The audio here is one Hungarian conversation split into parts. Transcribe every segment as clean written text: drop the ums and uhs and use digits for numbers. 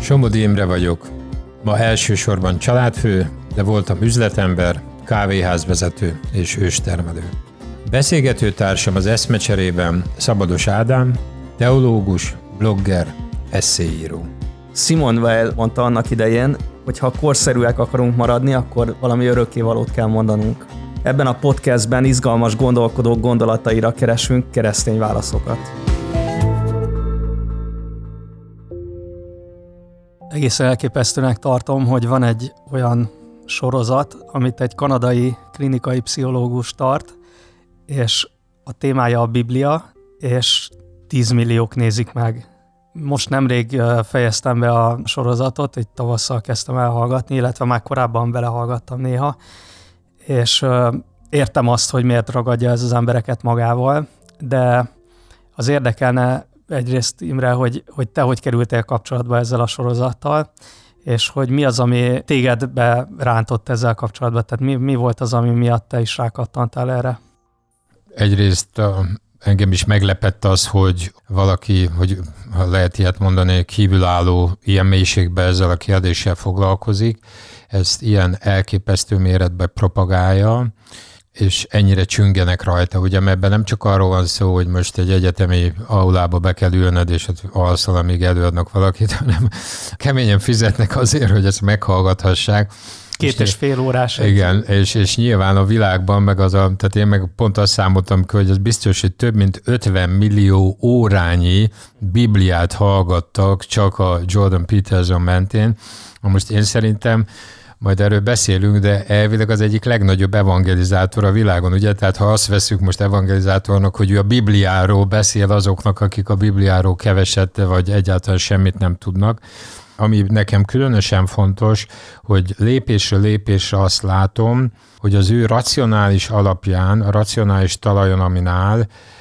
Somodi Imre vagyok. Ma elsősorban családfő, de voltam üzletember, kávéházvezető és őstermelő. Beszélgető társam az eszmecserében Szabados Ádám, teológus, blogger, esszéíró. Simone Weil mondta annak idején, hogy ha korszerűek akarunk maradni, akkor valami örökkévalót kell mondanunk. Ebben a podcastben izgalmas gondolkodók gondolataira keresünk keresztény válaszokat. Egészen elképesztőnek tartom, hogy van egy olyan sorozat, amit egy kanadai klinikai pszichológus tart, és a témája a Biblia, és 10 milliók nézik meg. Most nemrég fejeztem be a sorozatot, egy tavasszal kezdtem el hallgatni, illetve már korábban belehallgattam néha, és értem azt, hogy miért ragadja ez az embereket magával, de az érdekelne egyrészt, Imre, hogy te hogy kerültél kapcsolatba ezzel a sorozattal, és hogy mi az, ami téged berántott ezzel kapcsolatban, tehát mi volt az, ami miatt te is rákattantál erre? Egyrészt engem is meglepett az, hogy valaki, hogy ha lehet ilyet mondani, kívülálló ilyen mélységben ezzel a kérdéssel foglalkozik, ezt ilyen elképesztő méretben propagálja, és ennyire csüngenek rajta, ugye, mert ebben nem csak arról van szó, hogy most egy egyetemi aulába be kell ülnöd, és ott alszol, amíg előadnak valakit, hanem keményen fizetnek azért, hogy ezt meghallgathassák. 2,5 órás. Igen, és nyilván a világban, tehát én meg pont azt számoltam ki, hogy az biztos, hogy több mint 50 millió órányi Bibliát hallgattak csak a Jordan Peterson mentén. Most én szerintem majd erről beszélünk, de elvileg az egyik legnagyobb evangelizátor a világon, ugye? Tehát ha azt veszük most evangelizátornak, hogy ő a Bibliáról beszél azoknak, akik a Bibliáról keveset vagy egyáltalán semmit nem tudnak, ami nekem különösen fontos, hogy lépésről lépésre azt látom, hogy az ő racionális alapján, a racionális talajon, amin áll,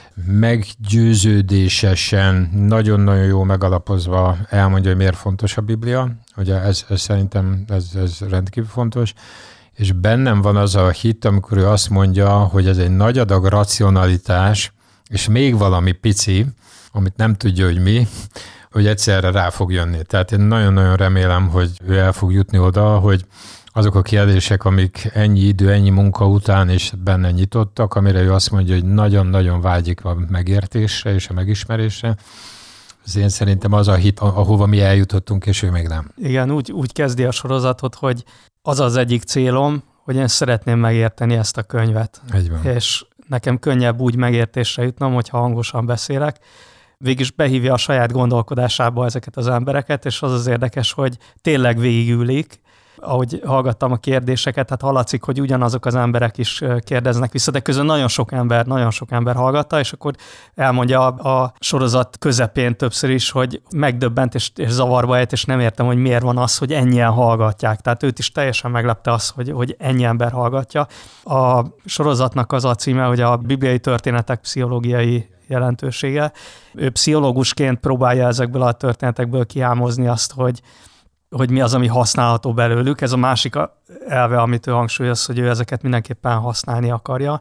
meggyőződésesen, nagyon-nagyon jó megalapozva elmondja, hogy miért fontos a Biblia. Ugye ez szerintem ez rendkívül fontos. És bennem van az a hit, amikor ő azt mondja, hogy ez egy nagy adag racionalitás, és még valami pici, amit nem tudja, hogy mi, hogy egyszerre rá fog jönni. Tehát én nagyon-nagyon remélem, hogy ő el fog jutni oda, hogy azok a kérdések, amik ennyi idő, ennyi munka után is benne nyitottak, amire ő azt mondja, hogy nagyon-nagyon vágyik a megértésre és a megismerésre. Ez én szerintem az a hit, ahova mi eljutottunk, és ő még nem. Igen, úgy kezdi a sorozatot, hogy az az egyik célom, hogy én szeretném megérteni ezt a könyvet. Így van. És nekem könnyebb úgy megértésre jutnom, hogyha hangosan beszélek. Végülis behívja a saját gondolkodásába ezeket az embereket, és az érdekes, hogy tényleg végigülik. Ahogy hallgattam a kérdéseket, hát hallatszik, hogy ugyanazok az emberek is kérdeznek vissza, de közben nagyon sok ember hallgatta, és akkor elmondja a sorozat közepén többször is, hogy megdöbbent és zavarba ejt, és nem értem, hogy miért van az, hogy ennyien hallgatják. Tehát őt is teljesen meglepte az, hogy ennyi ember hallgatja. A sorozatnak az a címe, hogy a bibliai történetek pszichológiai jelentősége. Ő pszichológusként próbálja ezekből a történetekből kihámozni azt, hogy mi az, ami használható belőlük. Ez a másik elve, amit ő hangsúlyoz, hogy ő ezeket mindenképpen használni akarja.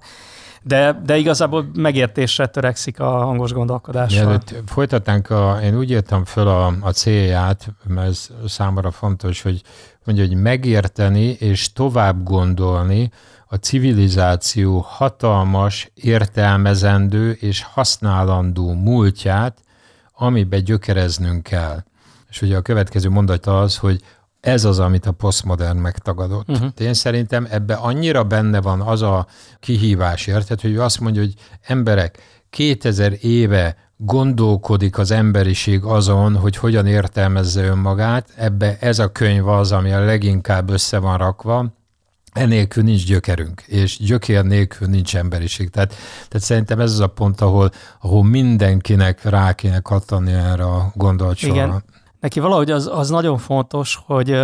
De igazából megértésre törekszik a hangos gondolkodással. Mielőtt folytatnánk, én úgy írtam föl a célját, mert ez számomra fontos, hogy mondja, hogy megérteni és tovább gondolni a civilizáció hatalmas, értelmezendő és használandó múltját, amiben gyökereznünk kell. És ugye a következő mondata az, hogy ez az, amit a posztmodern megtagadott. Én szerintem ebbe annyira benne van az a kihívás, érted, hogy ő azt mondja, hogy emberek, 2000 éve gondolkodik az emberiség azon, hogy hogyan értelmezze önmagát, ebbe ez a könyv az, ami a leginkább össze van rakva, enélkül nincs gyökerünk, és gyökér nélkül nincs emberiség. Tehát szerintem ez az a pont, ahol mindenkinek rá kéne kattani erre a gondolatsorra. Igen. Neki valahogy az nagyon fontos, hogy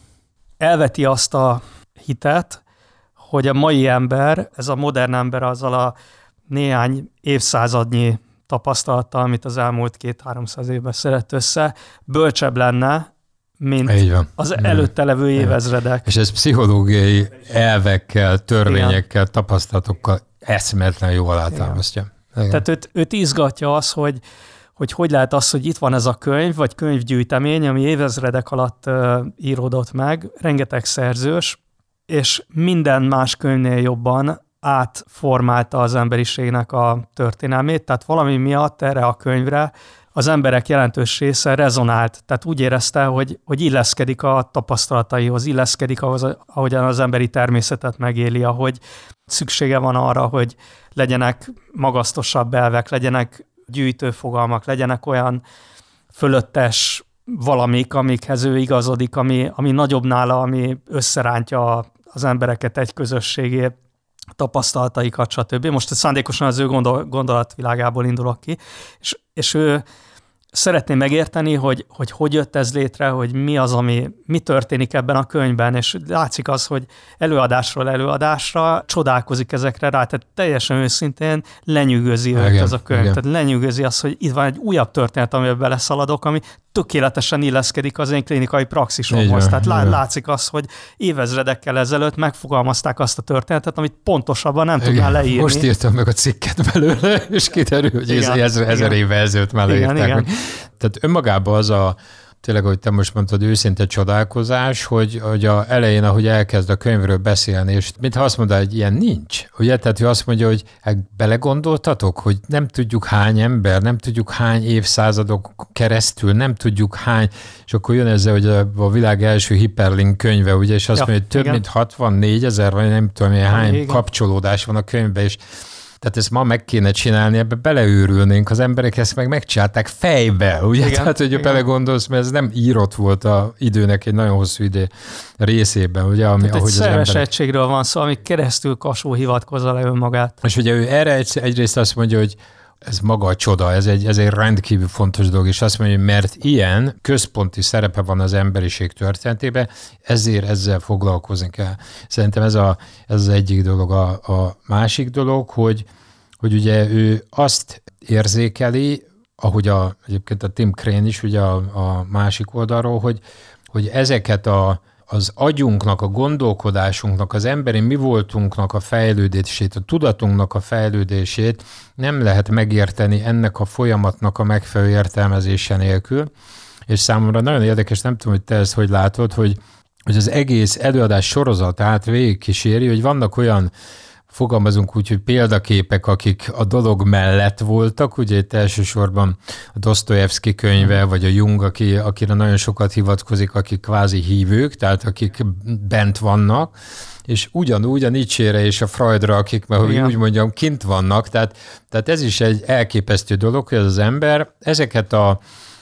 elveti azt a hitet, hogy a mai ember, ez a modern ember azzal a néhány évszázadnyi tapasztalattal, amit az elmúlt 200-300 évben szedett össze, bölcsebb lenne, mint az előtte levő évezredek. És ez pszichológiai elvekkel, törvényekkel, tapasztalatokkal eszméletlen jól alátámasztja. Tehát őt izgatja az, hogy lehet az, hogy itt van ez a könyv, vagy könyvgyűjtemény, ami évezredek alatt íródott meg, rengeteg szerzős, és minden más könyvnél jobban átformálta az emberiségnek a történelmét, tehát valami miatt erre a könyvre az emberek jelentős része rezonált, tehát úgy érezte, hogy illeszkedik a tapasztalataihoz, illeszkedik ahhoz, ahogyan az emberi természetet megéli, ahogy szüksége van arra, hogy legyenek magasztosabb elvek, legyenek gyűjtőfogalmak, legyenek olyan fölöttes valamik, amikhez ő igazodik, ami nagyobb nála, ami összerántja az embereket egy közösségé, tapasztalataikat, stb. Most szándékosan az ő gondolatvilágából indulok ki, és ő szeretné megérteni, hogy jött ez létre, hogy mi történik ebben a könyvben, és látszik az, hogy előadásról előadásra csodálkozik ezekre rá, tehát teljesen őszintén lenyűgözi őt ez a könyv. Tehát lenyűgözi az, hogy itt van egy újabb történet, amiben beleszaladok, ami tökéletesen illeszkedik az én klinikai praxisomhoz. Tehát látszik az, hogy évezredekkel ezelőtt megfogalmazták azt a történetet, amit pontosabban nem tudnál leírni. Most írtam meg a cikket belőle, és kiderül, hogy ezer évvel ezelőtt már leírták. Tehát önmagában az tényleg, hogy te most mondtad, őszinte csodálkozás, hogy a elején, ahogy elkezd a könyvről beszélni, és mintha azt mondta, hogy ilyen nincs. Ugye? Tehát ő azt mondja, hogy belegondoltatok, hogy nem tudjuk hány ember, nem tudjuk hány évszázadok keresztül, nem tudjuk hány, és akkor jön ezzel, hogy a világ első hiperlink könyve, ugye, és azt mondja, hogy több mint 64 000, vagy nem tudom, hány kapcsolódás van a könyvben, és tehát ezt ma meg kéne csinálni, ebbe beleőrülnénk, az emberek ezt meg megcsinálták fejbe, ugye? Igen, tehát, hogy belegondolsz, mert ez nem írott volt az időnek egy nagyon hosszú idő részében, ugye? Ahogy egy szerves egységről van szó, ami keresztül Kassó hivatkozza le önmagát. És ugye ő erre egyrészt azt mondja, hogy ez maga a csoda, ez egy rendkívül fontos dolog, és azt mondja, hogy mert ilyen központi szerepe van az emberiség történetében, ezért ezzel foglalkozni kell. Szerintem ez az egyik dolog. A másik dolog, hogy ugye ő azt érzékeli, ahogy egyébként a Tim Crane is, ugye a másik oldalról, hogy ezeket az agyunknak, a gondolkodásunknak, az emberi mi voltunknak a fejlődését, a tudatunknak a fejlődését nem lehet megérteni ennek a folyamatnak a megfelelő értelmezése nélkül. És számomra nagyon érdekes, nem tudom, hogy te ezt hogy látod, hogy az egész előadás sorozatát végigkíséri, hogy vannak olyan, fogalmazunk úgy, hogy példaképek, akik a dolog mellett voltak, ugye itt elsősorban a Dostoyevsky könyve, vagy a Jung, akire nagyon sokat hivatkozik, akik kvázi hívők, tehát akik bent vannak, és ugyanúgy a Nietzsére és a Freudra, akik, mert úgy mondjam, kint vannak, tehát ez is egy elképesztő dolog, hogy az ember ezeket a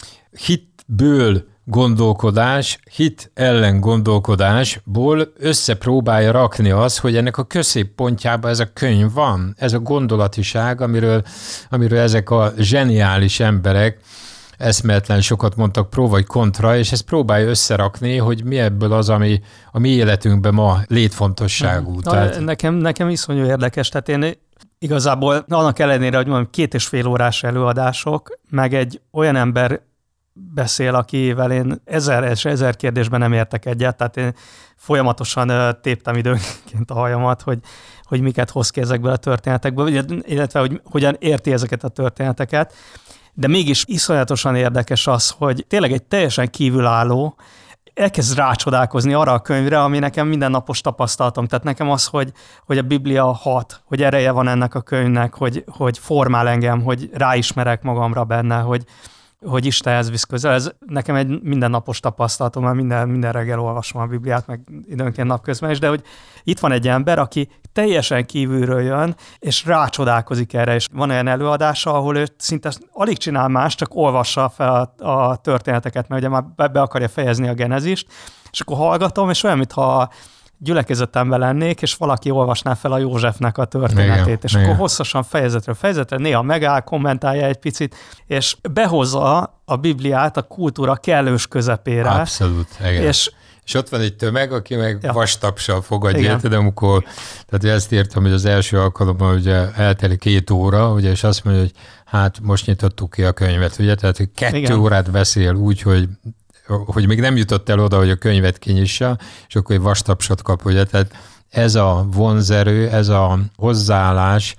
hitből gondolkodás, hit ellen gondolkodásból összepróbálja rakni az, hogy ennek a középpontjában ez a könyv van, ez a gondolatiság, amiről ezek a zseniális emberek eszméletlen sokat mondtak pro vagy kontra, és ezt próbálja összerakni, hogy mi ebből az, ami a mi életünkben ma létfontosságú. Nekem iszonyú érdekes, tehát én igazából annak ellenére, hogy mondom, 2,5 órás előadások, meg egy olyan ember beszél, akivel én ezer kérdésben nem értek egyet, tehát én folyamatosan téptem időnként a hajamat, hogy miket hoz ki ezekből a történetekből, illetve hogy hogyan érti ezeket a történeteket, de mégis iszonyatosan érdekes az, hogy tényleg egy teljesen kívülálló elkezd rácsodálkozni arra a könyvre, ami nekem mindennapos tapasztalatom. Tehát nekem az, hogy a Biblia hat, hogy ereje van ennek a könyvnek, hogy formál engem, hogy ráismerek magamra benne, hogy Istenhez visz közel. Ez nekem egy mindennapos tapasztalatom, mert minden reggel olvasom a Bibliát, meg időnként napközben is, de hogy itt van egy ember, aki teljesen kívülről jön, és rácsodálkozik erre, és van olyan előadása, ahol ő szinte alig csinál más, csak olvassa fel a történeteket, mert ugye már be akarja fejezni a Genezist, és akkor hallgatom, és olyan, mintha gyülekezetemben lennék, és valaki olvasná fel a Józsefnek a történetét, és akkor hosszasan fejezetről fejezetre, néha megáll, kommentálja egy picit, és behozza a Bibliát a kultúra kellős közepére. Abszolút, igen. És ott van egy tömeg, aki meg vastapsal fogadja, érted, amikor, tehát ezt írtam, hogy az első alkalommal ugye eltelik 2 óra, ugye, és azt mondja, hogy hát most nyitottuk ki a könyvet, ugye, tehát hogy 2 órát beszél úgy, hogy még nem jutott el oda, hogy a könyvet kinyissa, és akkor egy vastapsot kap, ugye, tehát ez a vonzerő, ez a hozzáállás,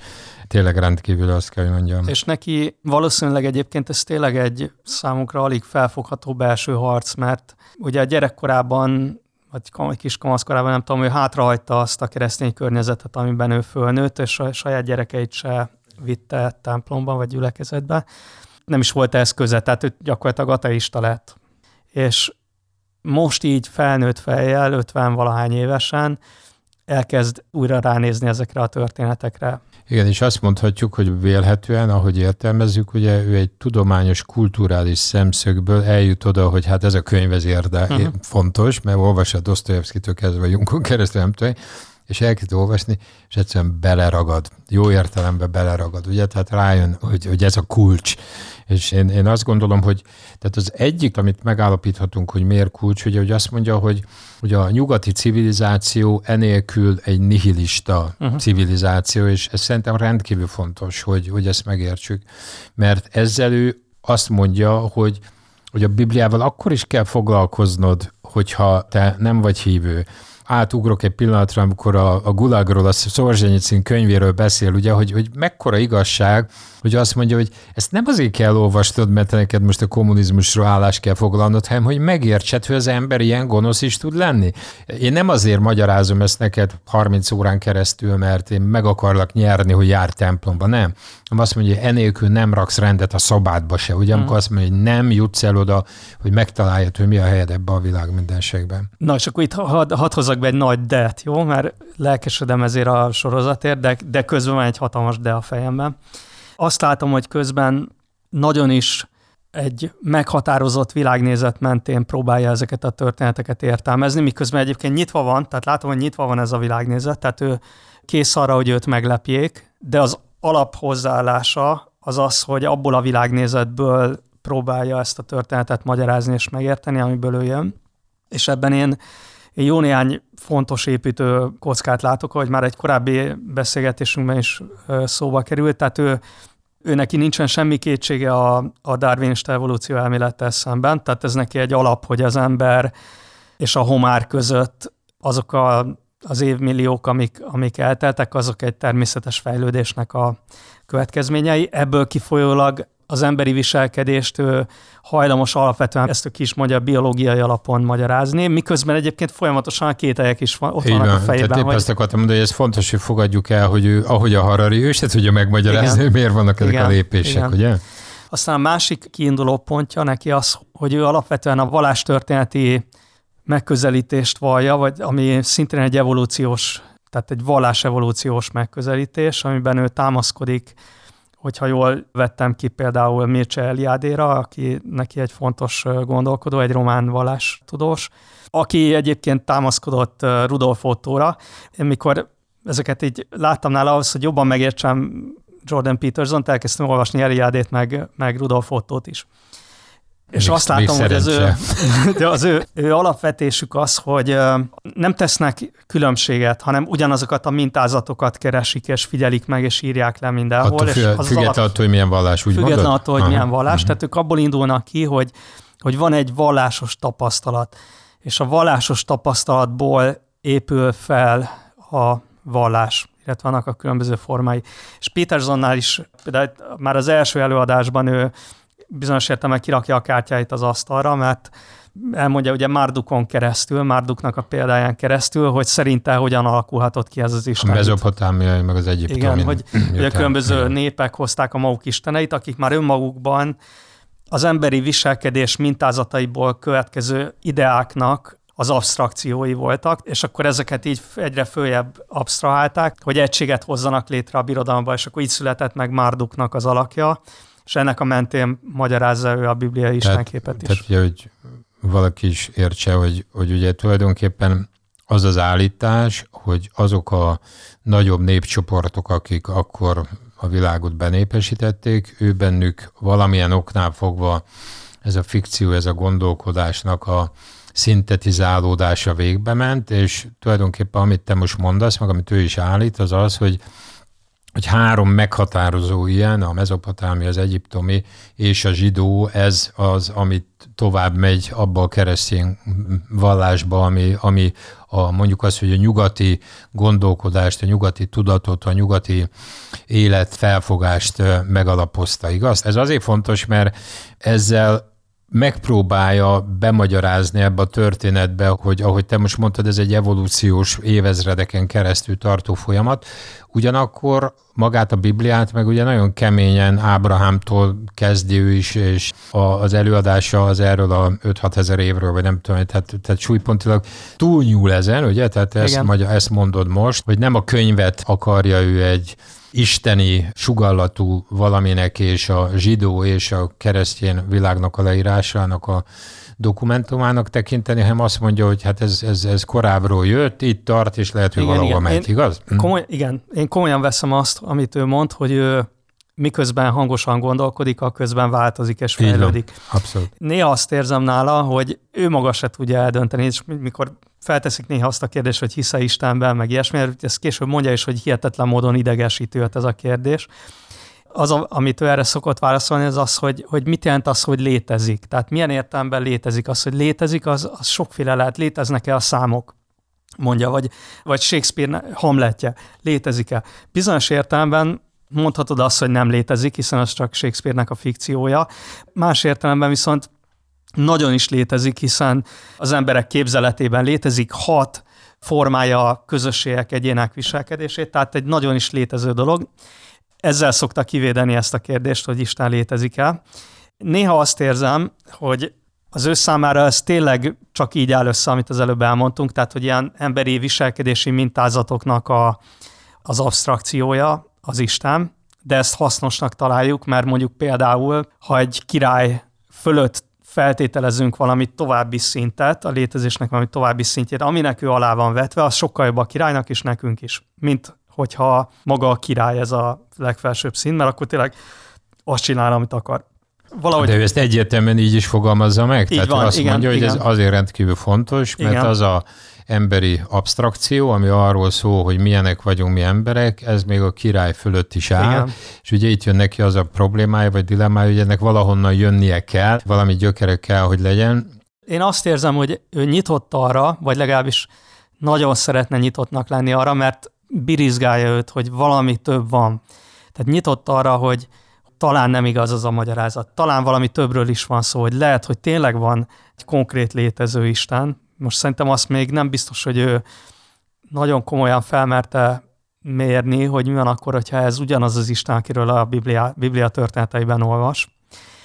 tényleg rendkívül, azt kell, hogy mondjam. És neki valószínűleg egyébként ez tényleg egy számunkra alig felfogható belső harc, mert ugye a gyerekkorában, vagy kiskamaszkorában, nem tudom, ő hátrahagyta azt a keresztény környezetet, amiben ő fölnőtt, és a saját gyerekeit se vitte templomban, vagy gyülekezetbe. Nem is volt ehhez köze, tehát ő gyakorlatilag ateista lett. És most így felnőtt fejjel, 50-valahány évesen elkezd újra ránézni ezekre a történetekre. Igen, és azt mondhatjuk, hogy vélhetően, ahogy értelmezzük, ugye ő egy tudományos, kulturális szemszögből eljut oda, hogy hát ez a könyv ez fontos, mert olvassa Dosztojevszkitől kezdve a Junkon keresztül, nem tudom, és elkezd olvasni, és egyszerűen beleragad. Jó értelemben beleragad, ugye? Tehát rájön, hogy ez a kulcs. És én azt gondolom, hogy tehát az egyik, amit megállapíthatunk, hogy miért kulcs, ugye, hogy azt mondja, hogy a nyugati civilizáció enélkül egy nihilista civilizáció, és ez szerintem rendkívül fontos, hogy ezt megértsük. Mert ezzel ő azt mondja, hogy a Bibliával akkor is kell foglalkoznod, hogyha te nem vagy hívő. Átugrok egy pillanatra, amikor a Gulagról, a Szolzsenyicin könyvéről beszél, ugye, hogy mekkora igazság, hogy azt mondja, hogy ezt nem azért kell olvasnod, mert neked most a kommunizmusról állást kell foglalnod, hanem hogy megértsed, hogy az ember ilyen gonosz is tud lenni. Én nem azért magyarázom ezt neked 30 órán keresztül, mert én meg akarlak nyerni, hogy jár templomba, nem. Azt mondja, hogy enélkül nem raksz rendet a szobádba se, ugye, amikor azt mondja, hogy nem jutsz el oda, hogy megtaláljad, hogy mi a helyed ebbe a világ mindenségben. Na, és akkor itt hadd hozzak be egy nagy de-t, jó? Mert lelkesedem ezért a sorozatért, de közben van egy hatalmas de a fejemben. Azt látom, hogy közben nagyon is egy meghatározott világnézet mentén próbálja ezeket a történeteket értelmezni, miközben egyébként nyitva van, tehát látom, hogy nyitva van ez a világnézet, tehát ő kész arra, hogy őt meglepjék, de az alaphozzáállása az az, hogy abból a világnézetből próbálja ezt a történetet magyarázni és megérteni, amiből ő jön. És ebben én jó néhány fontos építő kockát látok, ahogy már egy korábbi beszélgetésünkben is szóba került, tehát ő neki nincsen semmi kétsége a darwinista evolúció elmélettel szemben, tehát ez neki egy alap, hogy az ember és a homár között azok az évmilliók, amik elteltek, azok egy természetes fejlődésnek a következményei. Ebből kifolyólag az emberi viselkedést hajlamos alapvetően ezt a kis magyar biológiai alapon magyarázni, miközben egyébként folyamatosan a kételyek is ott vannak a fejében. Tehát épp azt akartam mondani, hogy ez fontos, hogy fogadjuk el, hogy ő, ahogy a Harari, ő se tudja megmagyarázni, hogy miért vannak ezek a lépések, ugye? Aztán a másik kiinduló pontja neki az, hogy ő alapvetően a vallástörténeti megközelítést vallja, vagy ami szintén egy evolúciós, tehát egy vallásevolúciós megközelítés, amiben ő támaszkodik, hogyha jól vettem ki például Mircea Eliadéra, aki neki egy fontos gondolkodó, egy román vallástudós, aki egyébként támaszkodott Rudolf Ottóra. Én mikor ezeket így láttam nála, ahhoz, hogy jobban megértsem Jordan Petersont, elkezdtem olvasni Eliadét, meg Rudolf Ottót is. És azt látom, hogy az ő alapvetésük az, hogy nem tesznek különbséget, hanem ugyanazokat a mintázatokat keresik, és figyelik meg, és írják le mindenhol. Függetlenül attól, hogy milyen vallás, úgy mondod? Függetlenül attól, hogy milyen vallás. Tehát ők abból indulnak ki, hogy van egy vallásos tapasztalat, és a vallásos tapasztalatból épül fel a vallás, illetve vannak a különböző formái. És Petersonnál is, például már az első előadásban ő bizonyos értelemben kirakja a kártyáit az asztalra, mert elmondja ugye Mardukon keresztül, Marduknak a példáján keresztül, hogy szerinte hogyan alakulhatott ki ez az isten. A Mezopotámiai, meg az egyiptomi. Igen, hogy a különböző népek hozták a maguk isteneit, akik már önmagukban az emberi viselkedés mintázataiból következő ideáknak az absztrakciói voltak, és akkor ezeket így egyre följebb absztrahálták, hogy egységet hozzanak létre a birodalomba, és akkor így született meg Marduknak az alakja, és ennek a mentén magyarázza ő a bibliai istenképet is. Tehát ugye, hogy valaki is értse, hogy ugye tulajdonképpen az az állítás, hogy azok a nagyobb népcsoportok, akik akkor a világot benépesítették, ő bennük valamilyen oknál fogva ez a fikció, ez a gondolkodásnak a szintetizálódása végbe ment, és tulajdonképpen amit te most mondasz, meg amit ő is állít, az az, hogy három meghatározó ilyen, a mezopotámi, az egyiptomi és a zsidó, ez az, amit tovább megy abba a keresztény vallásba, ami mondjuk azt, hogy a nyugati gondolkodást, a nyugati tudatot, a nyugati életfelfogást megalapozta, igaz? Ez azért fontos, mert ezzel megpróbálja bemagyarázni ebbe a történetbe, hogy ahogy te most mondtad, ez egy evolúciós évezredeken keresztül tartó folyamat, ugyanakkor magát a Bibliát meg ugye nagyon keményen Ábrahámtól kezdi ő is, és az előadása az erről a 5-6 ezer évről, vagy nem tudom, tehát súlypontilag túlnyúl ezen, ugye? Tehát ezt mondod most, hogy nem a könyvet akarja ő egy isteni sugallatú valaminek, és a zsidó és a keresztény világnak a leírásának a dokumentumának tekinteni, hanem azt mondja, hogy hát ez korábbról jött, itt tart, és lehet, hogy valahol megy, igaz? Én komolyan veszem azt, amit ő mond, hogy ő miközben hangosan gondolkodik, közben változik és fejlődik. Abszolút. Néha azt érzem nála, hogy ő maga se tudja eldönteni, és mikor felteszik néha azt a kérdést, hogy hisz-e Istenben, meg ilyesmi, ezt később mondja is, hogy hihetetlen módon idegesítő ez a kérdés. Amit ő erre szokott válaszolni, az, hogy mit jelent az, hogy létezik. Tehát milyen értelemben létezik. Az, hogy létezik, az sokféle lehet. Léteznek-e a számok? Mondja, vagy Shakespeare Hamletje. Létezik-e? Bizonyos értelemben mondhatod azt, hogy nem létezik, hiszen az csak Shakespeare-nek a fikciója. Más értelemben viszont nagyon is létezik, hiszen az emberek képzeletében létezik, formálja a közösségek, egyének viselkedését, tehát egy nagyon is létező dolog. Ezzel szokta kivédeni ezt a kérdést, hogy Isten létezik-e. Néha azt érzem, hogy az ő számára ez tényleg csak így áll össze, amit az előbb elmondtunk, tehát hogy ilyen emberi viselkedési mintázatoknak az absztrakciója az Isten, de ezt hasznosnak találjuk, mert mondjuk például, ha egy király fölött feltételezünk valami további szintet, a létezésnek valami további szintjét, aminek ő alá van vetve, az sokkal jobb a királynak és nekünk is, mint hogyha maga a király ez a legfelsőbb szint, mert akkor tényleg azt csinál, amit akar. Valahogy... De ő ezt egyértelműen így is fogalmazza meg? Tehát van, azt mondja, hogy ez azért rendkívül fontos, mert az a emberi abstrakció, ami arról szól, hogy milyenek vagyunk mi emberek, ez még a király fölött is áll, igen. És ugye itt jön neki az a problémája, vagy dilemmája, hogy ennek valahonnan jönnie kell, valami gyökere kell, hogy legyen. Én azt érzem, hogy ő nyitott arra, vagy legalábbis nagyon szeretne nyitottnak lenni arra, mert birizgálja őt, hogy valami több van. Tehát nyitott arra, hogy talán nem igaz az a magyarázat. Talán valami többről is van szó, hogy lehet, hogy tényleg van egy konkrét létező Isten. Most szerintem azt még nem biztos, hogy ő nagyon komolyan felmerte mérni, hogy mi van akkor, hogyha ez ugyanaz az Isten, akiről a Biblia történeteiben olvas.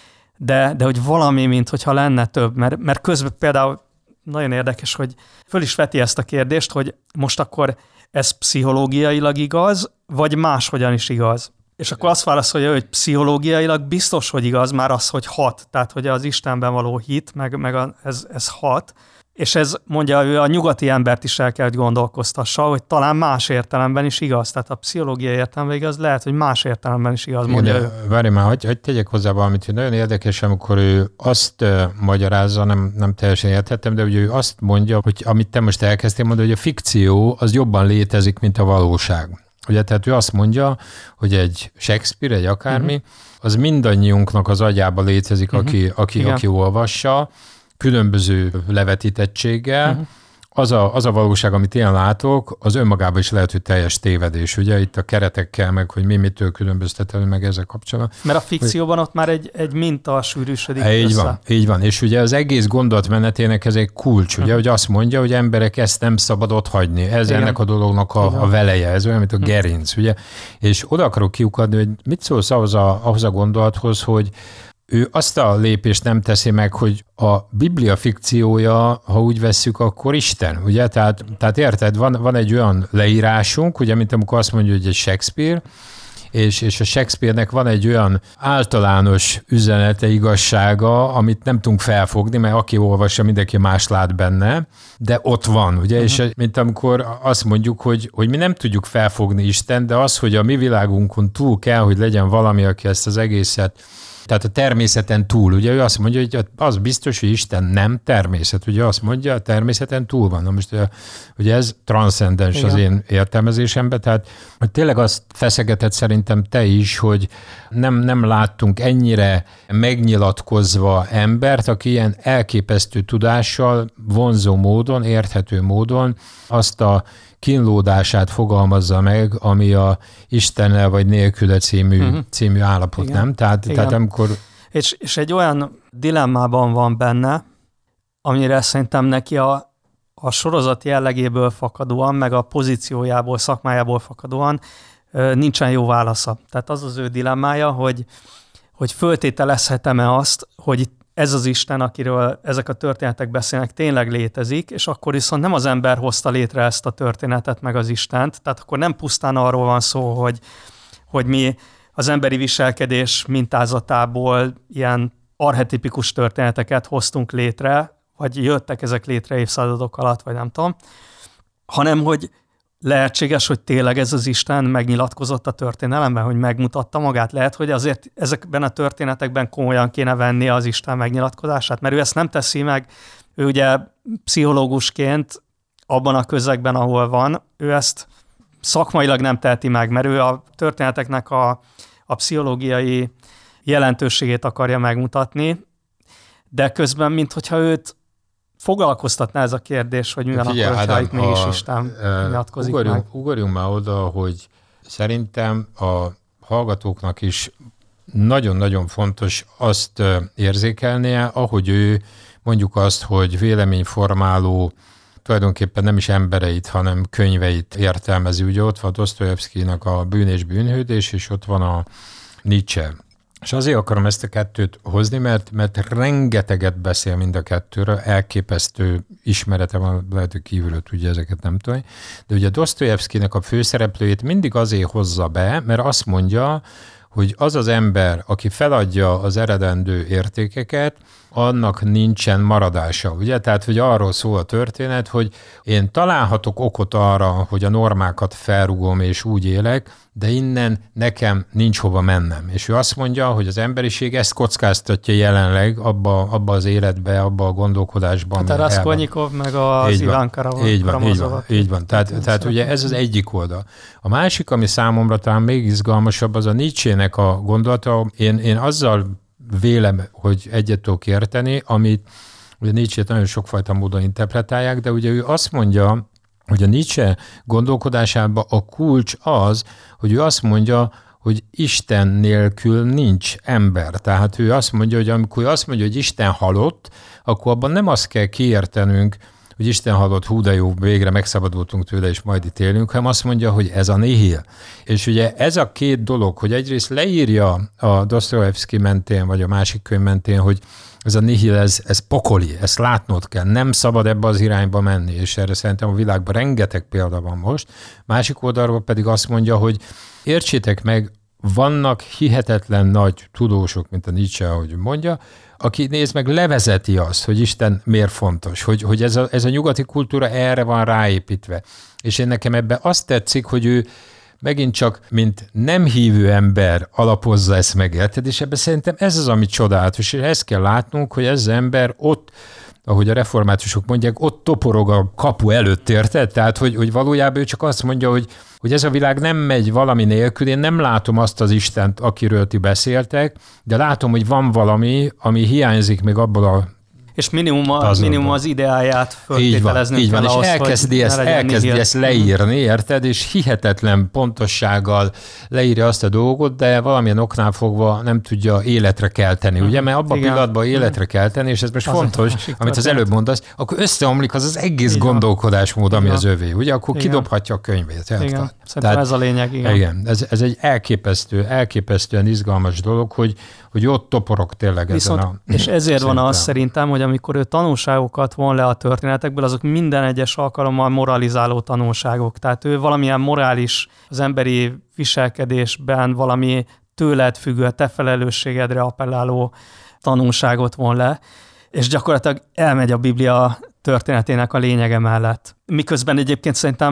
De hogy valami, mint hogyha lenne több. Mert közben például nagyon érdekes, hogy föl is veti ezt a kérdést, hogy most akkor ez pszichológiailag igaz, vagy máshogyan is igaz. És akkor azt válaszolja, hogy pszichológiailag biztos, hogy igaz, már az, hogy hat. Tehát, hogy az Istenben való hit, ez hat. És ez, mondja ő, a nyugati embert is el kell, hogy gondolkoztassa, hogy talán más értelemben is igaz. Tehát a pszichológiai értelemben igaz, lehet, hogy más értelemben is igaz, mondja ő. Várj már, hogy tegyek hozzá valamit, hogy nagyon érdekes, amikor ő azt magyarázza, nem teljesen értettem, de ugye ő azt mondja, hogy amit te most elkezdtél mondani, hogy a fikció az jobban létezik, mint a valóság. Ugye, tehát ő azt mondja, hogy egy Shakespeare, egy akármi, az mindannyiunknak az agyába létezik, aki olvassa, különböző levetítettséggel. Az a valóság, amit én látok, az önmagában is lehet, hogy teljes tévedés. Ugye itt a keretekkel, meg hogy mi mitől különböztető meg ezzel kapcsolatban. Mert a fikcióban ott már egy minta sűrűsödik Így van. És ugye az egész gondolatmenetének ez egy kulcs, ugye, hogy azt mondja, hogy emberek ezt nem szabad otthagyni. Ez ennek a dolognak a veleje, ez olyan, mint a gerinc, ugye. És oda akarok kiukadni, hogy mit szólsz ahhoz a gondolathoz, hogy ő azt a lépést nem teszi meg, hogy a Biblia fikciója, ha úgy vesszük, akkor Isten, ugye? Tehát érted, van egy olyan leírásunk, ugye, mint amikor azt mondja, hogy egy Shakespeare, és a Shakespeare-nek van egy olyan általános üzenete, igazsága, amit nem tudunk felfogni, mert aki olvassa, mindenki más lát benne, de ott van, ugye? És mint amikor azt mondjuk, hogy mi nem tudjuk felfogni Isten, de az, hogy a mi világunkon túl kell, hogy legyen valami, aki ezt az egészet Tehát a természeten túl. Ugye ő azt mondja, hogy az biztos, hogy Isten nem természet. Ugye azt mondja, a természeten túl van. Na most ugye ez transzcendens az én értelmezésemben, tehát hogy tényleg azt feszegetett szerintem te is, hogy nem láttunk ennyire megnyilatkozva embert, aki ilyen elképesztő tudással, vonzó módon, érthető módon azt a kínlódását fogalmazza meg, ami a Istennel vagy nélküle című állapot, igen. Nem? Tehát amikor... És egy olyan dilemmában van benne, amire szerintem neki a sorozat jellegéből fakadóan, meg a pozíciójából, szakmájából fakadóan nincsen jó válasza. Tehát az ő dilemmája, hogy föltételezhetem-e azt, hogy ez az Isten, akiről ezek a történetek beszélnek, tényleg létezik, és akkor viszont nem az ember hozta létre ezt a történetet, meg az Istent, tehát akkor nem pusztán arról van szó, hogy mi az emberi viselkedés mintázatából ilyen archetipikus történeteket hoztunk létre, vagy jöttek ezek létre évszázadok alatt, vagy nem tudom, hanem hogy lehetséges, hogy tényleg ez az Isten megnyilatkozott a történelemben, hogy megmutatta magát. Lehet, hogy azért ezekben a történetekben komolyan kéne venni az Isten megnyilatkozását, mert ő ezt nem teszi meg. Ő ugye pszichológusként abban a közegben, ahol van, ő ezt szakmailag nem teheti meg, mert ő a történeteknek a pszichológiai jelentőségét akarja megmutatni, de közben, minthogyha őt foglalkoztatná ez a kérdés, hogy mi van akkor, hogyha itt mégis Isten nyilatkozik meg. Ugorjunk már oda, hogy szerintem a hallgatóknak is nagyon-nagyon fontos azt érzékelnie, ahogy ő mondjuk azt, hogy véleményformáló tulajdonképpen nem is embereit, hanem könyveit értelmezi. Ugye ott van Dosztojevszkijnak a Bűn és bűnhődés, és ott van a Nietzsche. És azért akarom ezt a kettőt hozni, mert rengeteget beszél mind a kettőről, elképesztő ismerete van, lehet, hogy kívülről tudja, ezeket nem tudom. De ugye Dosztojevszkijnek a főszereplőjét mindig azért hozza be, mert azt mondja, hogy az az ember, aki feladja az eredendő értékeket, annak nincsen maradása, ugye? Tehát, hogy arról szól a történet, hogy én találhatok okot arra, hogy a normákat felrugom és úgy élek, de innen nekem nincs hova mennem. És ő azt mondja, hogy az emberiség ezt kockáztatja jelenleg abba az életbe, abba a gondolkodásban. Hát a Raskolnikov meg az Iván Karamazov. Így van. Tehát ugye ez az egyik oldal. A másik, ami számomra talán még izgalmasabb, az a Nietzsének a gondolata. Én azzal vélem, hogy egyet tudok érteni, amit ugye Nietzsét nagyon sokfajta módon interpretálják, de ugye ő azt mondja, hogy a Nietzsche gondolkodásában a kulcs az, hogy ő azt mondja, hogy Isten nélkül nincs ember. Tehát ő azt mondja, hogy amikor ő azt mondja, hogy Isten halott, akkor abban nem azt kell kiértenünk, hogy Isten halott, hú de jó, végre megszabadultunk tőle, és majd itt élünk, hanem azt mondja, hogy ez a nihil. És ugye ez a két dolog, hogy egyrészt leírja a Dosztojevszkij mentén, vagy a másik könyv mentén, hogy ez a nihil, ez pokoli, ezt látnod kell, nem szabad ebbe az irányba menni, és erre szerintem a világban rengeteg példa van most. Másik oldalról pedig azt mondja, hogy értsétek meg, vannak hihetetlen nagy tudósok, mint a Nietzsche, ahogy mondja, aki nézd meg, levezeti azt, hogy Isten miért fontos, hogy ez a nyugati kultúra erre van ráépítve. És én nekem ebben azt tetszik, hogy ő megint csak, mint nem hívő ember alapozza ezt meg, érted? És ebben szerintem ez az, ami csodálatos, és ezt kell látnunk, hogy ez az ember ott, ahogy a reformátusok mondják, ott toporog a kapu előtt, érted? Tehát, hogy valójában ő csak azt mondja, hogy ez a világ nem megy valami nélkül, én nem látom azt az Istent, akiről ti beszéltek, de látom, hogy van valami, ami hiányzik még abból a és minimum az ideáját föltételezni. Így van, és elkezdi ezt leírni, érted? És hihetetlen pontossággal leírja azt a dolgot, de valamilyen oknál fogva nem tudja életre kelteni, ugye? Mert abban a pillanatban életre kelteni, és ez most az fontos, amit az előbb mondasz, akkor összeomlik az egész gondolkodásmód, ami az övé, ugye? Akkor kidobhatja a könyvét. Igen. Szerintem ez a lényeg. Igen. Ez egy elképesztően izgalmas dolog, hogy ott toporog tényleg ezen és ezért van az szerintem, hogy amikor ő tanulságokat von le a történetekből, azok minden egyes alkalommal moralizáló tanulságok. Tehát ő valamilyen morális, az emberi viselkedésben valami tőled függő, te felelősségedre appelláló tanulságot von le, és gyakorlatilag elmegy a Biblia történetének a lényege mellett. Miközben egyébként szerintem,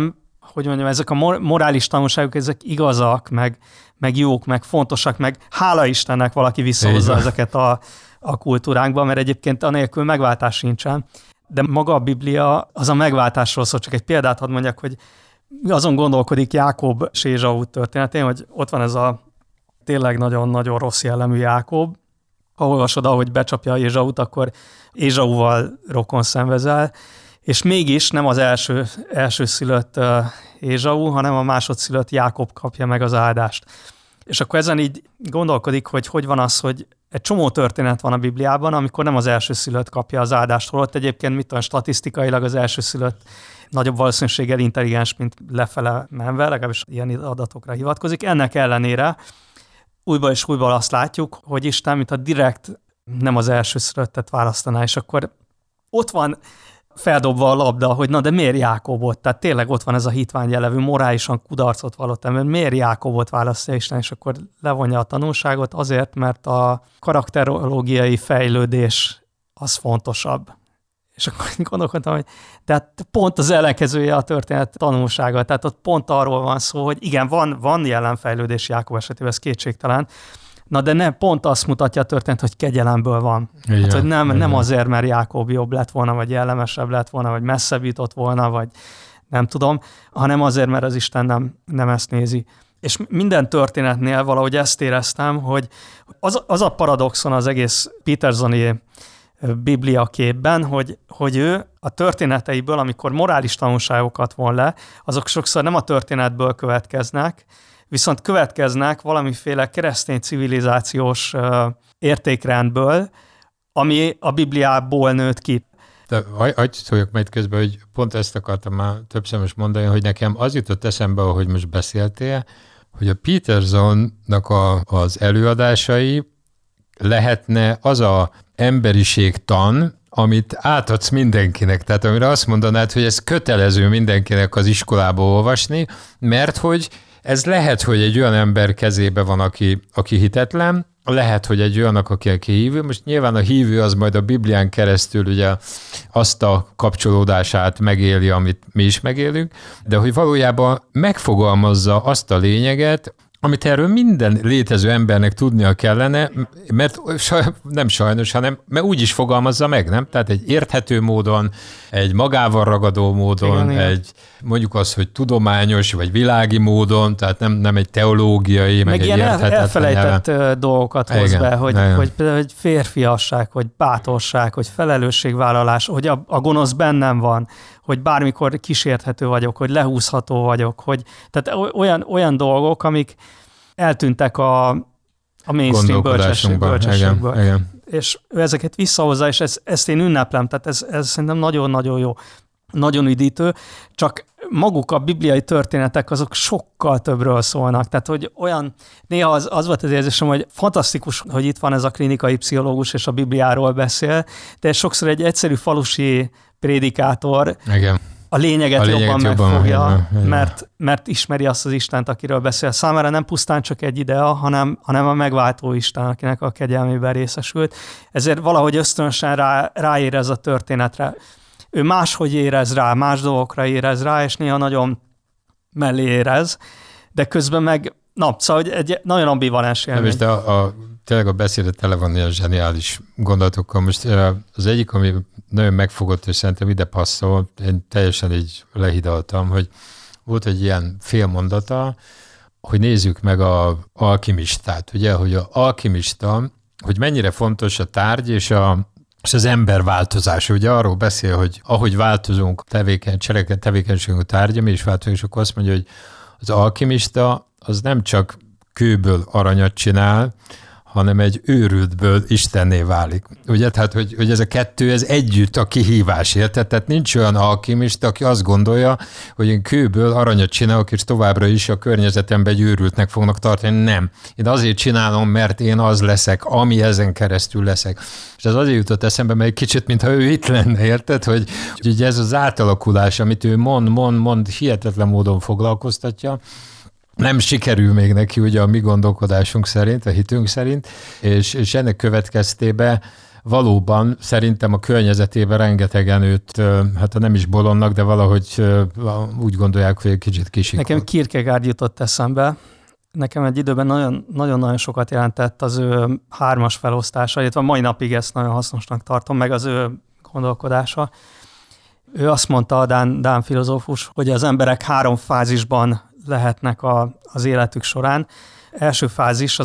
hogy mondjam, ezek a morális tanulságok, ezek igazak, meg jók, meg fontosak, meg hála Istennek valaki visszahozza ezeket a kultúránkba, mert egyébként anélkül megváltás sincsen. De maga a Biblia az a megváltásról szól. Csak egy példát hadd mondjak, hogy azon gondolkodik Jákob és Ézsau történetén, hogy ott van ez a tényleg nagyon-nagyon rossz jellemű Jákob. Ha olvasod, ahogy becsapja Ézsaut, akkor Ézsauval rokon szenvezel, és mégis nem az első szülött Ézsau, hanem a másodszülött Jákob kapja meg az áldást. És akkor ezen így gondolkodik, hogy van az, hogy egy csomó történet van a Bibliában, amikor nem az elsőszülött kapja az áldást, holott egyébként mit tudom, statisztikailag az elsőszülött nagyobb valószínűséggel intelligens, mint lefele menve, legalábbis ilyen adatokra hivatkozik. Ennek ellenére újból és újból azt látjuk, hogy Isten, mintha direkt nem az elsőszülöttet választaná, és akkor ott van feldobva a labda, hogy na de miért Jákobot? Tehát tényleg ott van ez a hitványjelevű, morálisan kudarcot vallott ember, miért Jákobot választja Isten, és akkor levonja a tanulságot azért, mert a karakterológiai fejlődés az fontosabb. És akkor gondolkodtam, hogy tehát pont az ellenkezője a történet tanulsága, tehát ott pont arról van szó, hogy igen, van jelenfejlődés Jákob esetében, ez kétségtelen, na de pont azt mutatja a történet, hogy kegyelemből van. Igen, hát, hogy nem azért, mert Jákob jobb lett volna, vagy jellemesebb lett volna, vagy messzebb jutott volna, vagy nem tudom, hanem azért, mert az Isten nem ezt nézi. És minden történetnél valahogy ezt éreztem, hogy az a paradoxon az egész Petersoni Biblia képben, hogy ő a történeteiből, amikor morális tanulságokat von le, azok sokszor nem a történetből következnek, viszont következnek valamiféle keresztény civilizációs értékrendből, ami a Bibliából nőtt ki. De hagyj szóljak majd közben, hogy pont ezt akartam már többször most mondani, hogy nekem az jutott eszembe, ahogy most beszéltél, hogy a Petersonnak az előadásai lehetne az a emberiségtan, amit átadsz mindenkinek. Tehát amire azt mondanád, hogy ez kötelező mindenkinek az iskolába olvasni, mert hogy ez lehet, hogy egy olyan ember kezébe van, aki hitetlen, lehet, hogy egy olyannak, aki hívő. Most nyilván a hívő az majd a Biblián keresztül ugye azt a kapcsolódását megéli, amit mi is megélünk, de hogy valójában megfogalmazza azt a lényeget, amit erről minden létező embernek tudnia kellene, mert nem sajnos, hanem mert úgy is fogalmazza meg, nem? Tehát egy érthető módon, egy magával ragadó módon, igen. Mondjuk az, hogy tudományos vagy világi módon, tehát nem egy teológiai, meg egy ilyen érthetetlen elfelejtett dolgokat hoz be, hogy például egy férfiasság, hogy bátorság, hogy felelősségvállalás, hogy a gonosz bennem van, hogy bármikor kísérthető vagyok, hogy lehúzható vagyok, hogy tehát olyan dolgok, amik eltűntek a mainstream bölcsességből. Igen. És ő ezeket visszahozza, és ezt én ünneplem, tehát ez szerintem nagyon-nagyon jó, nagyon üdítő, csak maguk a bibliai történetek azok sokkal többről szólnak, tehát hogy olyan, néha az volt az érzésem, hogy fantasztikus, hogy itt van ez a klinikai pszichológus, és a Bibliáról beszél, de sokszor egy egyszerű falusi prédikátor, igen. A lényeget jobban megfogja, mert ismeri azt az Istent, akiről beszél. Számára nem pusztán csak egy idea, hanem a megváltó Isten, akinek a kegyelmében részesült. Ezért valahogy ösztönösen ráérez a történetre. Ő máshogy érez rá, más dolgokra érez rá, és néha nagyon mellé érez, de közben meg, szóval egy nagyon ambivalens élmény. De tényleg a beszédet tele van ilyen zseniális gondolatokkal. Most az egyik, ami nagyon megfogott, és szerintem ide passzol, én teljesen így lehidaltam, hogy volt egy ilyen félmondata, hogy nézzük meg az alkimistát, ugye, hogy az alkimista, hogy mennyire fontos a tárgy és az ember változása. Ugye arról beszél, hogy ahogy változunk tevékenységünk tárgya, mi is változunk, és akkor azt mondja, hogy az alkimista az nem csak kőből aranyat csinál, hanem egy őrültből istenné válik. Ugye, tehát, hogy ez a kettő, ez együtt a kihívás, érted? Tehát nincs olyan alkimista, aki azt gondolja, hogy én kőből aranyat csinálok, és továbbra is a környezetemben egy őrültnek fognak tartani. Nem. Én azért csinálom, mert én az leszek, ami ezen keresztül leszek. És ez azért jutott eszembe, mert egy kicsit, mintha ő itt lenne, érted? Hogy ugye ez az átalakulás, amit ő mond, hihetetlen módon foglalkoztatja, nem sikerül még neki ugye a mi gondolkodásunk szerint, a hitünk szerint, és ennek következtében valóban szerintem a környezetében rengetegen őt, hát nem is bolondnak, de valahogy úgy gondolják, hogy egy kicsit kisik. Nekem Kierkegaard jutott eszembe. Nekem egy időben nagyon-nagyon sokat jelentett az ő 3-as felosztása, illetve mai napig ezt nagyon hasznosnak tartom, meg az ő gondolkodása. Ő azt mondta, a Dán filozófus, hogy az emberek 3 fázisban lehetnek az életük során. Első fázis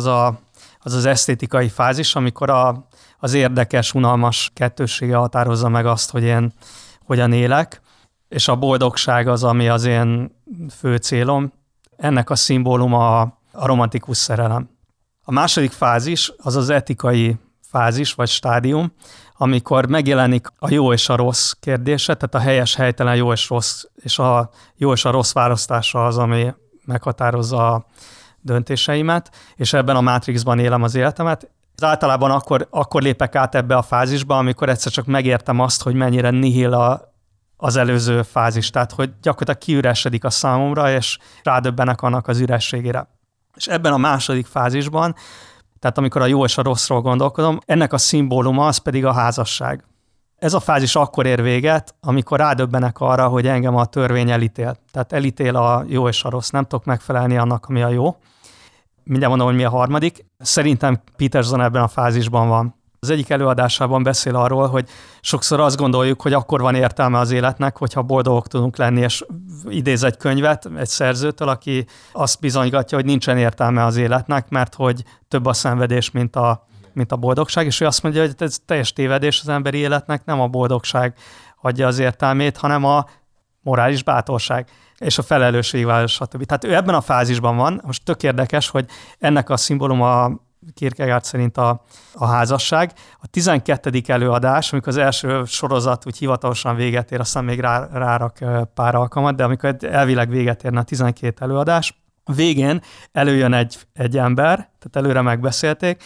az esztétikai fázis, amikor az érdekes, unalmas kettőssége határozza meg azt, hogy én hogyan élek, és a boldogság az, ami az én fő célom. Ennek a szimbóluma a romantikus szerelem. A második fázis az etikai fázis, vagy stádium, amikor megjelenik a jó és a rossz kérdése, tehát a helyes, helytelen, jó és rossz, és a jó és a rossz választása az, ami meghatározza a döntéseimet, és ebben a mátrixban élem az életemet. Általában akkor lépek át ebbe a fázisba, amikor egyszer csak megértem azt, hogy mennyire nihil az előző fázis, tehát hogy gyakorlatilag kiüresedik a számomra, és rádöbbenek annak az ürességére. És ebben a második fázisban, tehát amikor a jó és a rosszról gondolkodom, ennek a szimbóluma az pedig a házasság. Ez a fázis akkor ér véget, amikor rádöbbenek arra, hogy engem a törvény elítél. Tehát elítél a jó és a rossz, nem tudok megfelelni annak, ami a jó. Mindjárt mondom, hogy mi a harmadik. Szerintem Peterson ebben a fázisban van. Az egyik előadásában beszél arról, hogy sokszor azt gondoljuk, hogy akkor van értelme az életnek, hogyha boldogok tudunk lenni, és idéz egy könyvet egy szerzőtől, aki azt bizonygatja, hogy nincsen értelme az életnek, mert hogy több a szenvedés, mint a boldogság, és ő azt mondja, hogy ez teljes tévedés az emberi életnek, nem a boldogság adja az értelmét, hanem a morális bátorság és a felelősségvállalás, stb. Tehát ő ebben a fázisban van. Most tök érdekes, hogy ennek a szimbóluma Kierkegaard szerint a házasság. A 12. előadás, amikor az első sorozat úgy hivatalosan véget ér, aztán még rárak pár alkalmat, de amikor elvileg véget érne a 12 előadás, a végén előjön egy ember, tehát előre megbeszélték,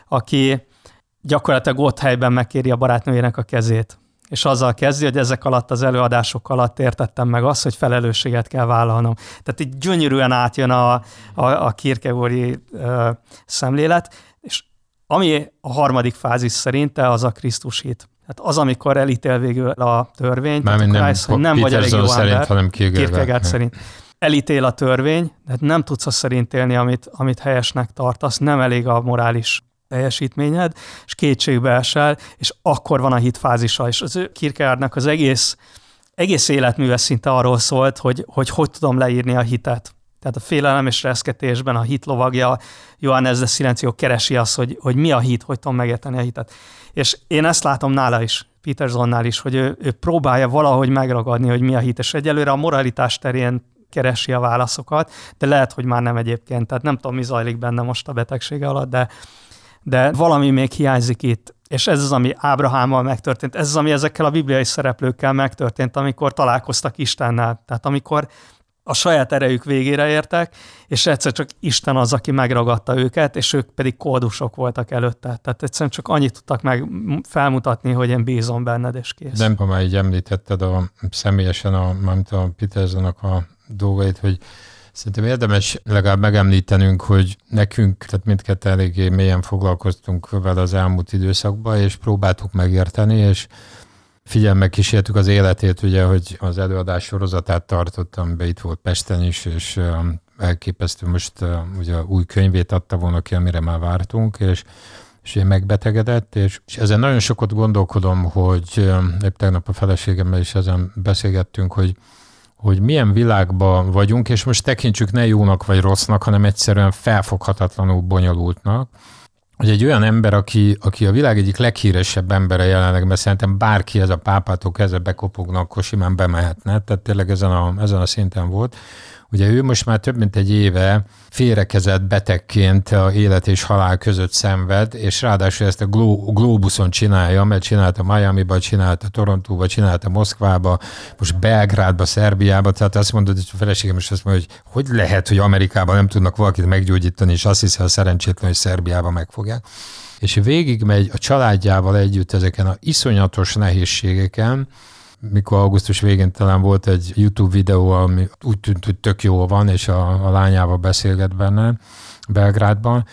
aki gyakorlatilag ott helyben megkéri a barátnőjének a kezét. És azzal kezdi, hogy ezek alatt az előadások alatt értettem meg azt, hogy felelősséget kell vállalnom. Tehát így gyönyörűen átjön a kierkegaardi szemlélet, és ami a harmadik fázis szerinte, az a Krisztus hit. Tehát az, amikor elítél végül a törvény, hogy nem vagy elég jó ember, hanem Kierkegaard szerint. Elítél a törvény, de nem tudsz azt szerint élni, amit helyesnek tartasz, nem elég a morális teljesítményed, és kétségbe esel, és akkor van a hit fázisa. És az Kierkegaardnak az egész életműve szinte arról szólt, hogy tudom leírni a hitet. Tehát a félelem és reszketésben a hit lovagja, Johannes de Silencio keresi azt, hogy mi a hit, hogy tudom megérteni a hitet. És én ezt látom nála is, Petersonnál is, hogy ő próbálja valahogy megragadni, hogy mi a hit, és egyelőre a moralitás terén keresi a válaszokat, de lehet, hogy már nem egyébként. Tehát nem tudom, mi zajlik benne most a betegsége alatt, de valami még hiányzik itt. És ez az, ami Ábrahámmal megtörtént, ez az, ami ezekkel a bibliai szereplőkkel megtörtént, amikor találkoztak Istennel. Tehát amikor a saját erejük végére értek, és egyszer csak Isten az, aki megragadta őket, és ők pedig koldusok voltak előtte. Tehát egyszerűen csak annyit tudtak meg felmutatni, hogy én bízom benned, és kész. Nem, ha már így említetted személyesen a Petersonnak a dolgait, hogy szerintem érdemes legalább megemlítenünk, hogy nekünk, tehát mindketten eléggé mélyen foglalkoztunk vele az elmúlt időszakban, és próbáltuk megérteni, és figyelemmel kísértük az életét, ugye, hogy az előadás sorozatát tartottam be, itt volt Pesten is, és elképesztő, most ugye új könyvét adta volna ki, amire már vártunk, és ugye megbetegedett, és ezen nagyon sokat gondolkodom, hogy épp tegnap a feleségemmel is ezen beszélgettünk, hogy milyen világban vagyunk, és most tekintsük ne jónak vagy rossznak, hanem egyszerűen felfoghatatlanul bonyolultnak, hogy egy olyan ember, aki a világ egyik leghíresebb embere jelenleg, mert szerintem bárki ez a pápától kezdve bekopogna, akkor simán bemehetne, tehát tényleg ezen a szinten volt. Ugye ő most már több mint egy éve félrekezett betegként a élet és halál között szenved, és ráadásul ezt a Globuson csinálja, mert csinálta Miamiba, csinálta Torontóba, csinálta Moszkvába, most Belgrádba, Szerbiába, tehát azt mondod, hogy a feleségem most azt mondja, hogy lehet, hogy Amerikában nem tudnak valakit meggyógyítani, és azt hiszi a szerencsétlen, hogy Szerbiába megfogják. És végigmegy a családjával együtt ezeken a iszonyatos nehézségeken, mikor augusztus végén talán volt egy YouTube videó, ami úgy tűnt, hogy tök jó van, és a lányával beszélget benne Belgrádban,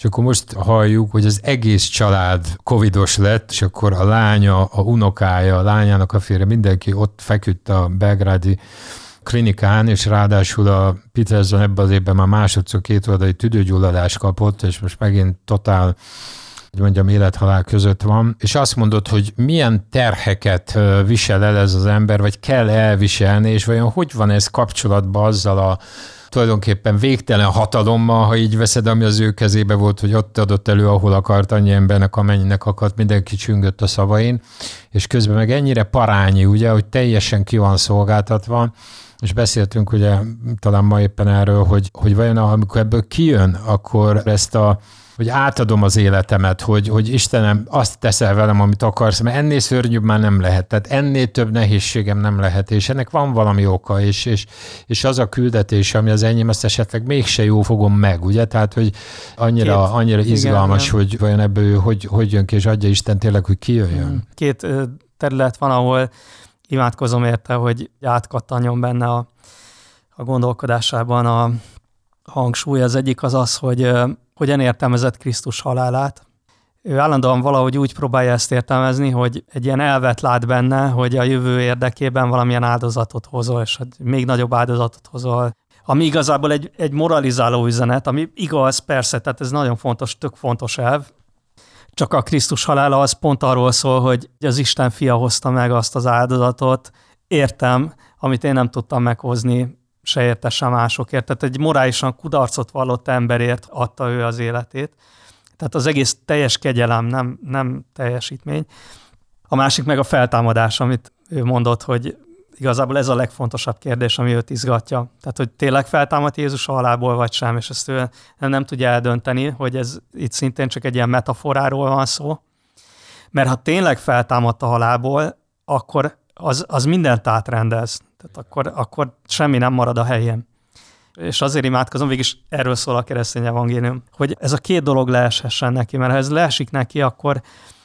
és akkor most halljuk, hogy az egész család covidos lett, és akkor a lánya, a unokája, a lányának a férje, mindenki ott feküdt a belgrádi klinikán, és ráadásul a Peterson ebben az évben már másodszor 2 oldali tüdőgyulladást kapott, és most megint totál, hogy mondjam, élethalál között van, és azt mondod, hogy milyen terheket visel el ez az ember, vagy kell elviselni, és vajon hogy van ez kapcsolatban azzal a tulajdonképpen végtelen hatalommal, ha így veszed, ami az ő kezébe volt, hogy ott adott elő, ahol akart, annyi embernek, amennyinek akart, mindenki csüngött a szavain, és közben meg ennyire parányi, ugye, hogy teljesen ki van szolgáltatva, és beszéltünk ugye talán ma éppen erről, hogy vajon amikor ebből kijön, akkor ezt hogy átadom az életemet, hogy Istenem, azt teszel velem, amit akarsz, mert ennél szörnyűbb már nem lehet, tehát ennél több nehézségem nem lehet, és ennek van valami oka, és az a küldetés, ami az enyém, azt esetleg mégse jó fogom meg, ugye? Tehát, hogy annyira izgalmas, igen, hogy vajon ebből hogy jön ki, és adja Isten tényleg, hogy kijöjjön. 2 terület van, ahol imádkozom érte, hogy átkattanjon benne a gondolkodásában a hangsúly. Az egyik az, hogy hogyan értelmezett Krisztus halálát. Ő állandóan valahogy úgy próbálja ezt értelmezni, hogy egy ilyen elvet lát benne, hogy a jövő érdekében valamilyen áldozatot hozol, és még nagyobb áldozatot hozol. Ami igazából egy moralizáló üzenet, ami igaz, persze, tehát ez nagyon fontos, tök fontos elv. Csak a Krisztus halála az pont arról szól, hogy az Isten fia hozta meg azt az áldozatot, értem, amit én nem tudtam meghozni, se érte, se másokért. Tehát egy morálisan kudarcot vallott emberért adta ő az életét. Tehát az egész teljes kegyelem, nem teljesítmény. A másik meg a feltámadás, amit ő mondott, hogy igazából ez a legfontosabb kérdés, ami őt izgatja. Tehát, hogy tényleg feltámadt Jézus a halálból, vagy sem, és ezt ő nem tudja eldönteni, hogy ez itt szintén csak egy ilyen metaforáról van szó. Mert ha tényleg feltámadt a halálból, akkor az mindent átrendez. Tehát akkor semmi nem marad a helyén. És azért imádkozom, végülis erről szól a keresztény evangélium, hogy ez a 2 dolog leeshessen neki, mert ha ez leesik neki, akkor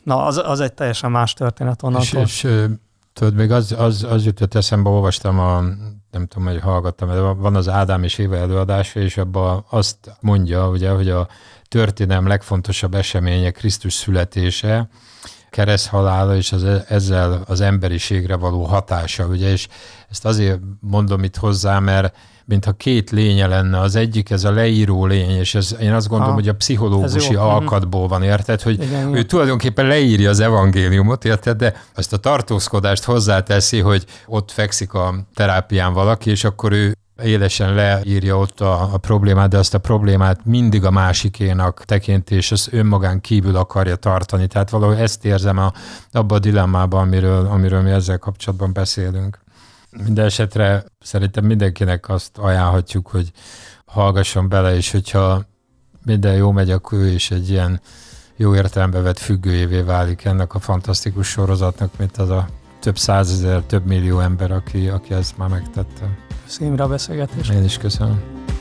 az egy teljesen más történet onnantól. És tudod, még az jutott eszembe, olvastam, nem tudom, hogy hallgattam, de van az Ádám és Éva előadása, és abban azt mondja, ugye, hogy a történelem legfontosabb eseménye Krisztus születése, kereszthalála és ezzel az emberiségre való hatása, ugye, és ezt azért mondom itt hozzá, mert mintha 2 lénye lenne, az egyik ez a leíró lény, és én azt gondolom, hogy a pszichológusi alkatból van, érted, hogy igen, ő tulajdonképpen leírja az evangéliumot, érted, de ezt a tartózkodást hozzáteszi, hogy ott fekszik a terápián valaki, és akkor ő élesen leírja ott a problémát, de azt a problémát mindig a másikénak tekinti, és azt önmagán kívül akarja tartani. Tehát valahogy ezt érzem abban a dilemmában, amiről mi ezzel kapcsolatban beszélünk. Minden esetre szerintem mindenkinek azt ajánlhatjuk, hogy hallgasson bele, és hogyha minden jó megy, akkor ő is egy ilyen jó értelembe vett függőjévé válik ennek a fantasztikus sorozatnak, mint az a több 100 000, több millió ember, aki ezt már megtette. Köszönöm a beszélgetést. Én is köszönöm.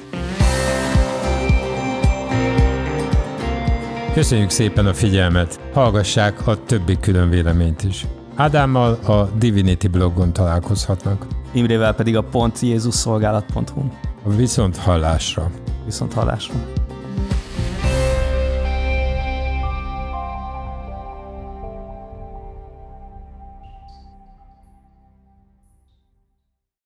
Köszönjük szépen a figyelmet. Hallgassák a többi külön véleményt is. Ádámmal a Divinity blogon találkozhatnak. Imrével pedig a .jézusszolgálat.hu. Viszont hallásra. Viszont hallásra.